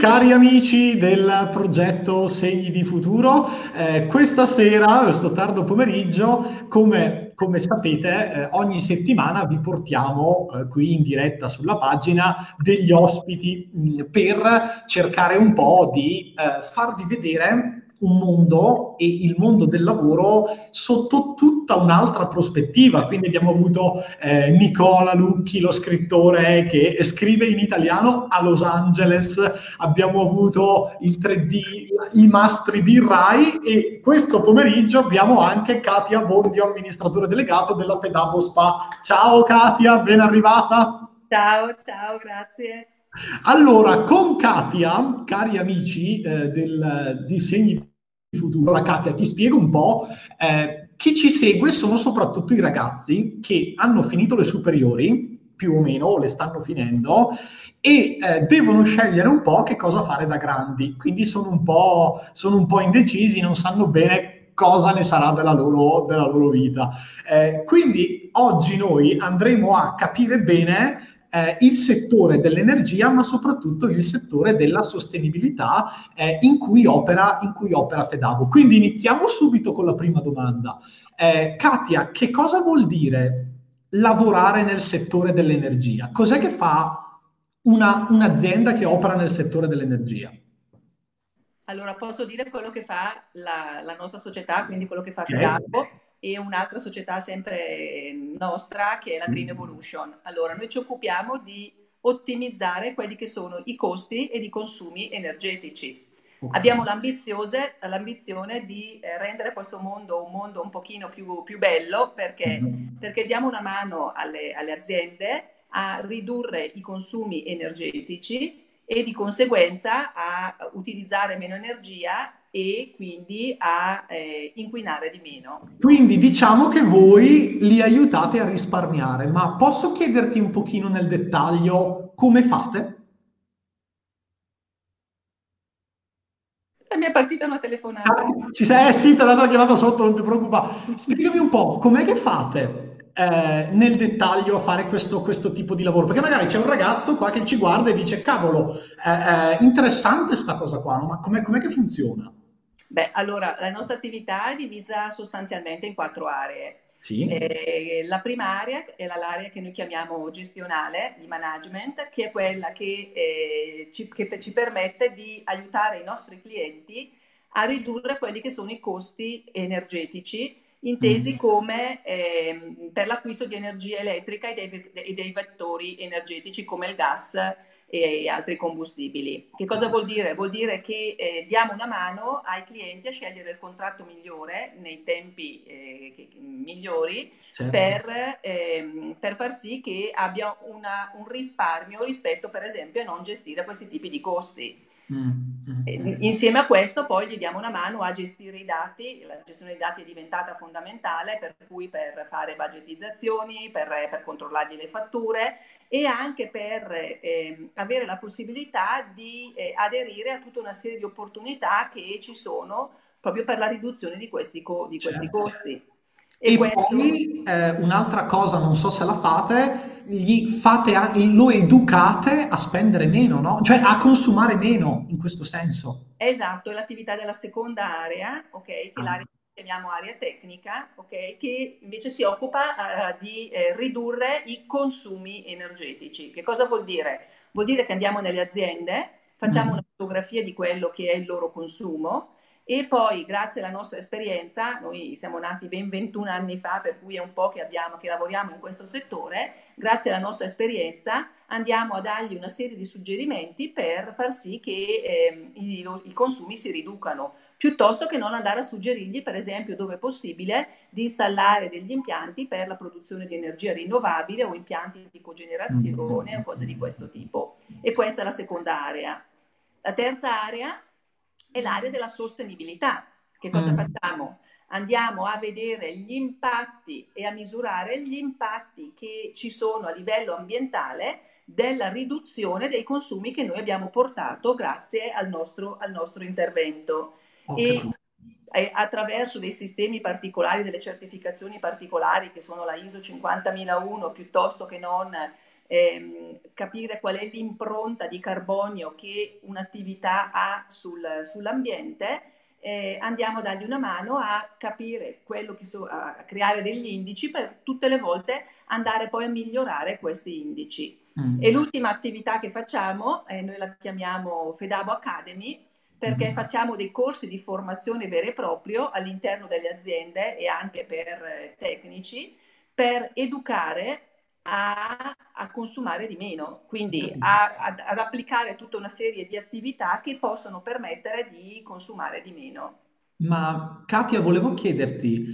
cari amici del progetto Segni di Futuro, questa sera, questo tardo pomeriggio, come sapete, ogni settimana vi portiamo qui in diretta sulla pagina degli ospiti per cercare un po' di farvi vedere un mondo e il mondo del lavoro sotto tutta un'altra prospettiva. Quindi abbiamo avuto Nicola Lucchi, lo scrittore che scrive in italiano a Los Angeles, abbiamo avuto il 3D, i mastri di Rai e questo pomeriggio abbiamo anche Katia Bondio, amministratore delegato della Fedabo Spa. Ciao Katia, ben arrivata. Ciao, ciao, grazie. Allora, con Katia, cari amici di Segni di Futuro, allora, Katia, ti spiego un po'. Chi ci segue sono soprattutto i ragazzi che hanno finito le superiori, più o meno, o le stanno finendo, e devono scegliere un po' che cosa fare da grandi. Quindi sono un po' indecisi, non sanno bene cosa ne sarà della loro vita. Quindi oggi noi andremo a capire bene il settore dell'energia, ma soprattutto il settore della sostenibilità in cui opera Fedabo. Quindi iniziamo subito con la prima domanda. Katia, che cosa vuol dire lavorare nel settore dell'energia? Cos'è che fa un'azienda che opera nel settore dell'energia? Allora, posso dire quello che fa la nostra società, quindi quello che fa Ok. Fidalgo, e un'altra società sempre nostra che è la Green Evolution. Allora, noi ci occupiamo di ottimizzare quelli che sono i costi ed i consumi energetici. Ok. Abbiamo l'ambizione di rendere questo mondo un mondo un pochino più bello Mhm. perché diamo una mano alle aziende a ridurre i consumi energetici e di conseguenza a utilizzare meno energia e quindi a inquinare di meno. Quindi diciamo che voi li aiutate a risparmiare, ma posso chiederti un pochino nel dettaglio come fate? Mi è partita una telefonata. Ci sei? Sì, te l'hanno chiamato sotto, non ti preoccupare. Spiegami un po', com'è che fate nel dettaglio a fare questo tipo di lavoro? Perché magari c'è un ragazzo qua che ci guarda e dice, cavolo, interessante sta cosa qua, no? Ma com'è che funziona? Beh, allora, la nostra attività è divisa sostanzialmente in quattro aree. Sì? La prima area è l'area che noi chiamiamo gestionale di management, che è quella che ci permette di aiutare i nostri clienti a ridurre quelli che sono i costi energetici, intesi Mm. come per l'acquisto di energia elettrica e dei vettori energetici come il gas e altri combustibili. Che cosa vuol dire? Vuol dire che diamo una mano ai clienti a scegliere il contratto migliore nei tempi migliori Certo. per far sì che abbia un risparmio rispetto, per esempio, a non gestire questi tipi di costi. Mm, mm. Insieme a questo poi gli diamo una mano a gestire i dati, la gestione dei dati è diventata fondamentale, per cui per fare budgetizzazioni, per controllargli le fatture e anche per avere la possibilità di aderire a tutta una serie di opportunità che ci sono proprio per la riduzione di questi Certo. costi. E E questo poi un'altra cosa, non so se la fate, lo educate a spendere meno, no? Cioè a consumare meno in questo senso. esatto, è l'attività della seconda area, ok, che è l'area Ah. che chiamiamo area tecnica, ok, che invece si occupa di ridurre i consumi energetici. Che cosa vuol dire? Vuol dire che andiamo nelle aziende, facciamo una Mm. fotografia di quello che è il loro consumo e poi, grazie alla nostra esperienza, noi siamo nati ben 21 anni fa, per cui è un po' che lavoriamo in questo settore, grazie alla nostra esperienza andiamo a dargli una serie di suggerimenti per far sì che i consumi si riducano, piuttosto che non andare a suggerirgli, per esempio, dove è possibile, di installare degli impianti per la produzione di energia rinnovabile o impianti di cogenerazione o cose di questo tipo. E questa è la seconda area. La terza area è l'area della sostenibilità. Che cosa Mm. facciamo? Andiamo a vedere gli impatti e a misurare gli impatti che ci sono a livello ambientale della riduzione dei consumi che noi abbiamo portato grazie al nostro intervento. Ho E capito. attraverso dei sistemi particolari, delle certificazioni particolari che sono la ISO 50001 piuttosto che non capire qual è l'impronta di carbonio che un'attività ha sull'ambiente. Andiamo a dargli una mano a capire a creare degli indici per tutte le volte andare poi a migliorare questi indici. E l'ultima attività che facciamo, noi la chiamiamo Fedabo Academy, perché facciamo dei corsi di formazione vero e proprio all'interno delle aziende e anche per tecnici, per educare a consumare di meno, quindi ad applicare tutta una serie di attività che possono permettere di consumare di meno. Ma Katia, volevo chiederti,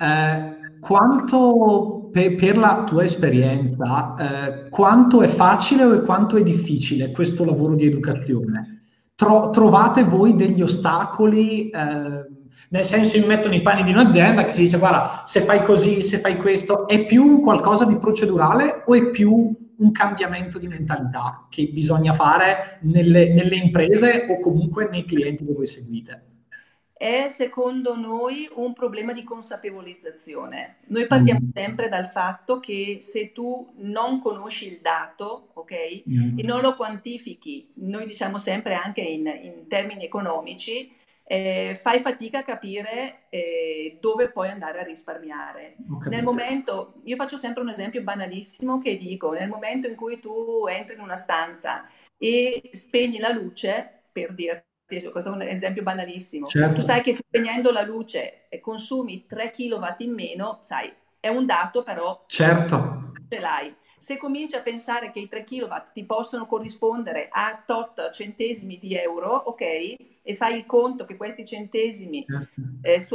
quanto, per la tua esperienza, quanto è facile o quanto è difficile questo lavoro di educazione? Trovate voi degli ostacoli, nel senso mi metto nei panni di un'azienda che si dice, guarda, se fai così, se fai questo, è più un qualcosa di procedurale o è più un cambiamento di mentalità che bisogna fare nelle imprese o comunque nei clienti che voi seguite? È secondo noi un problema di consapevolizzazione. Noi partiamo sempre dal fatto che se tu non conosci il dato, ok, e non lo quantifichi, noi diciamo sempre anche in termini economici, fai fatica a capire dove puoi andare a risparmiare. Nel momento, io faccio sempre un esempio banalissimo che dico, nel momento in cui tu entri in una stanza e spegni la luce, per dirti, questo è un esempio banalissimo, Certo. tu sai che spegnendo la luce consumi 3 kW in meno, sai, è un dato però Certo. ce l'hai. Se cominci a pensare che i 3 kW ti possono corrispondere a tot centesimi di euro, ok? E fai il conto che questi centesimi su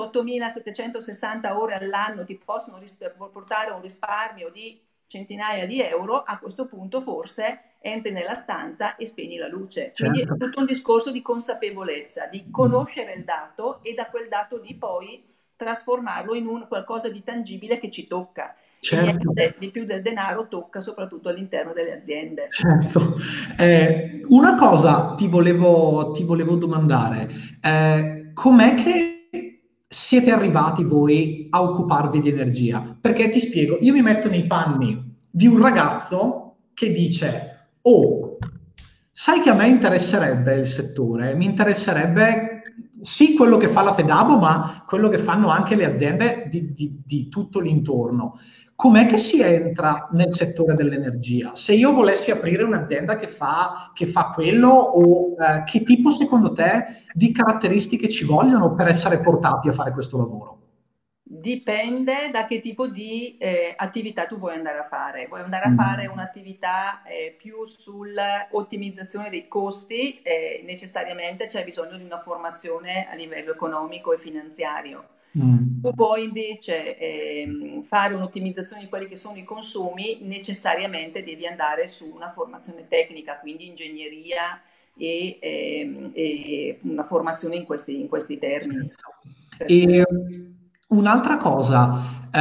8.760 ore all'anno ti possono portare un risparmio di centinaia di euro, a questo punto forse entri nella stanza e spegni la luce. Quindi è tutto un discorso di consapevolezza, di conoscere il dato e da quel dato lì poi trasformarlo in un qualcosa di tangibile che ci tocca. Certo. E niente di più del denaro tocca soprattutto all'interno delle aziende. Certo. Una cosa ti volevo domandare, com'è che siete arrivati voi a occuparvi di energia? Perché ti spiego, io mi metto nei panni di un ragazzo che dice, oh, sai che a me interesserebbe il settore, mi interesserebbe sì quello che fa la Fedabo, ma quello che fanno anche le aziende di tutto l'intorno. Com'è che si entra nel settore dell'energia? Se io volessi aprire un'azienda che fa quello, o che tipo secondo te di caratteristiche ci vogliono per essere portati a fare questo lavoro? Dipende da che tipo di attività tu vuoi andare a fare. Vuoi andare a fare un'attività più sull'ottimizzazione dei costi, necessariamente c'è bisogno di una formazione a livello economico e finanziario. Tu vuoi invece fare un'ottimizzazione di quelli che sono i consumi, necessariamente devi andare su una formazione tecnica, quindi ingegneria e una formazione in questi termini. E un'altra cosa,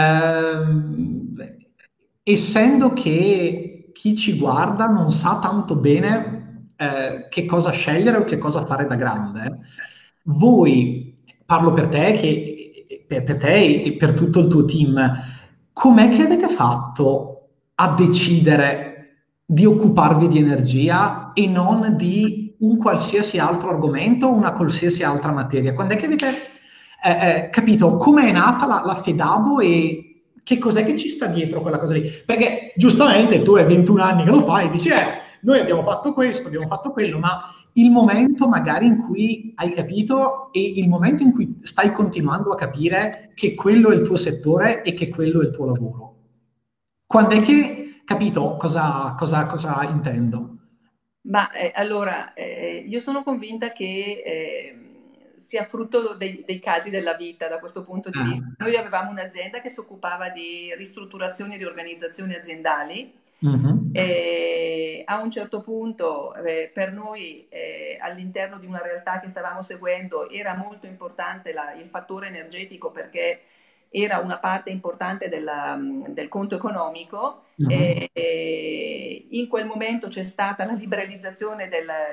essendo che chi ci guarda non sa tanto bene che cosa scegliere o che cosa fare da grande, voi, parlo per te, per te e per tutto il tuo team, com'è che avete fatto a decidere di occuparvi di energia e non di un qualsiasi altro argomento o una qualsiasi altra materia? Quando è che avete capito come è nata la Fedabo e che cos'è che ci sta dietro quella cosa lì? Perché giustamente tu hai 21 anni che lo fai e dici, noi abbiamo fatto questo, abbiamo fatto quello, ma il momento magari in cui hai capito e il momento in cui stai continuando a capire che quello è il tuo settore e che quello è il tuo lavoro. Quando è che capito cosa intendo? Ma allora, io sono convinta che sia frutto dei casi della vita da questo punto di vista. Noi avevamo un'azienda che si occupava di ristrutturazioni e riorganizzazioni aziendali. E a un certo punto per noi all'interno di una realtà che stavamo seguendo era molto importante il fattore energetico perché era una parte importante del conto economico. In quel momento c'è stata la liberalizzazione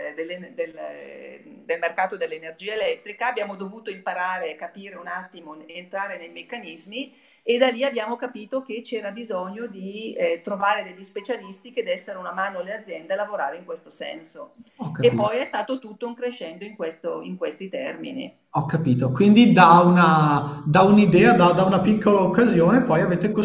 del mercato dell'energia elettrica, abbiamo dovuto imparare, capire un attimo, entrare nei meccanismi e da lì abbiamo capito che c'era bisogno di trovare degli specialisti che dessero una mano alle aziende a lavorare in questo senso. Ho E capito. poi è stato tutto un crescendo in questi termini. Ho capito, quindi da un'idea, da una piccola occasione, poi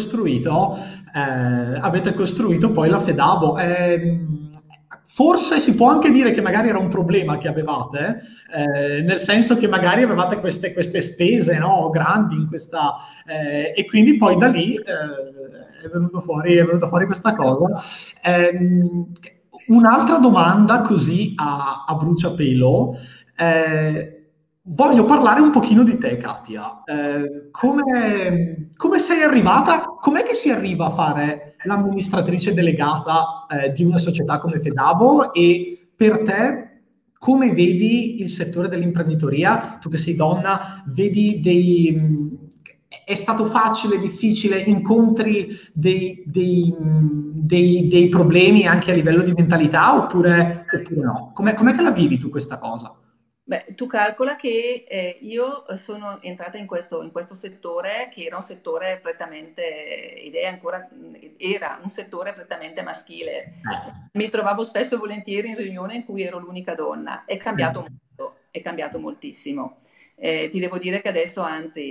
avete costruito poi la Fedabo. Forse si può anche dire che magari era un problema che avevate, nel senso che magari avevate queste spese, no, grandi in questa, e quindi poi da lì è venuta fuori questa cosa. Ehm, Un'altra domanda così a bruciapelo. Eh, Voglio parlare un pochino di te, Katia. Come sei arrivata? Com'è che si arriva a fare l'amministratrice delegata, di una società come Fedabo? E per te, come vedi il settore dell'imprenditoria? Tu che sei donna, vedi è stato facile, difficile? Incontri dei problemi anche a livello di mentalità oppure no? Com'è che la vivi tu questa cosa? Beh, tu calcola che io sono entrata in questo settore che era un settore prettamente, ed è ancora, era un settore prettamente maschile. Mi trovavo spesso e volentieri in riunione in cui ero l'unica donna. È cambiato molto, è cambiato moltissimo. Ti devo dire che adesso, anzi,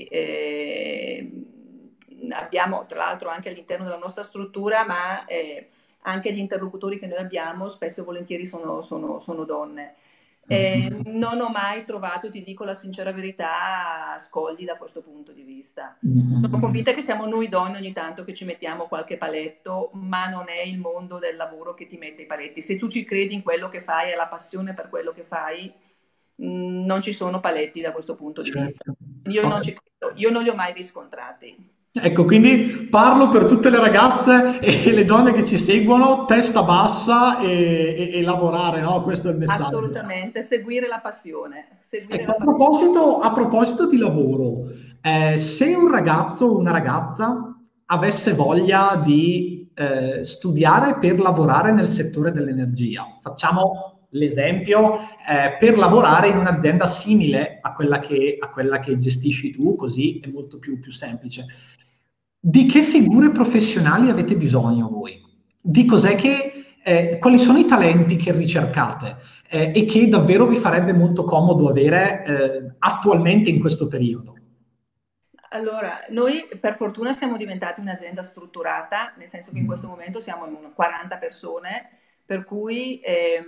abbiamo tra l'altro anche all'interno della nostra struttura, ma anche gli interlocutori che noi abbiamo spesso e volentieri sono donne. Non ho mai trovato, ti dico la sincera verità, scogli da questo punto di vista. Sono convinta che siamo noi donne ogni tanto che ci mettiamo qualche paletto, ma non è il mondo del lavoro che ti mette i paletti. Se tu ci credi in quello che fai, hai la passione per quello che fai, non ci sono paletti da questo punto di vista. Certo. Io non ci credo, io non li ho mai riscontrati. Ecco, quindi parlo per tutte le ragazze e le donne che ci seguono, testa bassa e lavorare, no? Questo è il messaggio. Assolutamente, seguire la passione, seguire Ecco, la passione. a proposito di lavoro, se un ragazzo o una ragazza avesse voglia di studiare per lavorare nel settore dell'energia, facciamo l'esempio, per lavorare in un'azienda simile a quella che gestisci tu, così è molto più semplice. Di che figure professionali avete bisogno voi? Di quali sono i talenti che ricercate, e che davvero vi farebbe molto comodo avere, attualmente in questo periodo? Allora, noi per fortuna siamo diventati un'azienda strutturata, nel senso che in questo momento siamo in 40 persone, per cui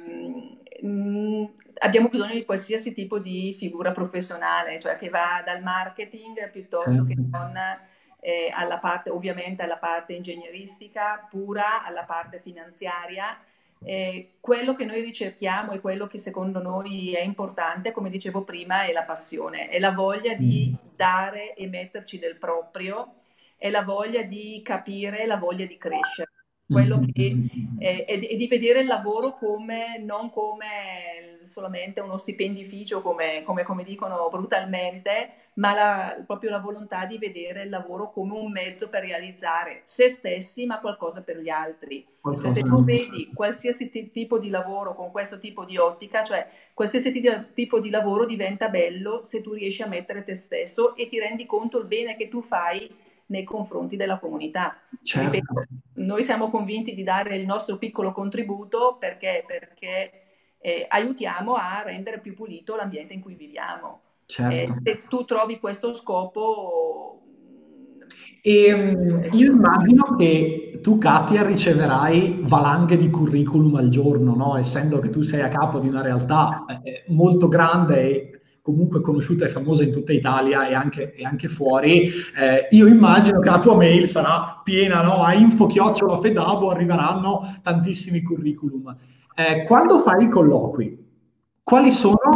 abbiamo bisogno di qualsiasi tipo di figura professionale, cioè che va dal marketing piuttosto che Certo. non alla parte, ovviamente alla parte ingegneristica pura, alla parte finanziaria. Quello che noi ricerchiamo e quello che secondo noi è importante, come dicevo prima, è la passione, è la voglia di dare e metterci del proprio, è la voglia di capire, la voglia di crescere. Quello che è di vedere il lavoro come, non come solamente uno stipendificio, come dicono brutalmente, ma proprio la volontà di vedere il lavoro come un mezzo per realizzare se stessi, ma qualcosa per gli altri. Cioè, se tu vedi qualsiasi tipo di lavoro con questo tipo di ottica, cioè qualsiasi tipo di lavoro diventa bello se tu riesci a mettere te stesso e ti rendi conto il bene che tu fai nei confronti della comunità. Certo. Ripeto, noi siamo convinti di dare il nostro piccolo contributo perché aiutiamo a rendere più pulito l'ambiente in cui viviamo. Certo. Se tu trovi questo scopo, Io immagino che tu, Katia, riceverai valanghe di curriculum al giorno, no? Essendo che tu sei a capo di una realtà molto grande e comunque conosciuta e famosa in tutta Italia e anche fuori, io immagino che la tua mail sarà piena, no? A info@fedabo arriveranno tantissimi curriculum. Quando fai i colloqui, quali sono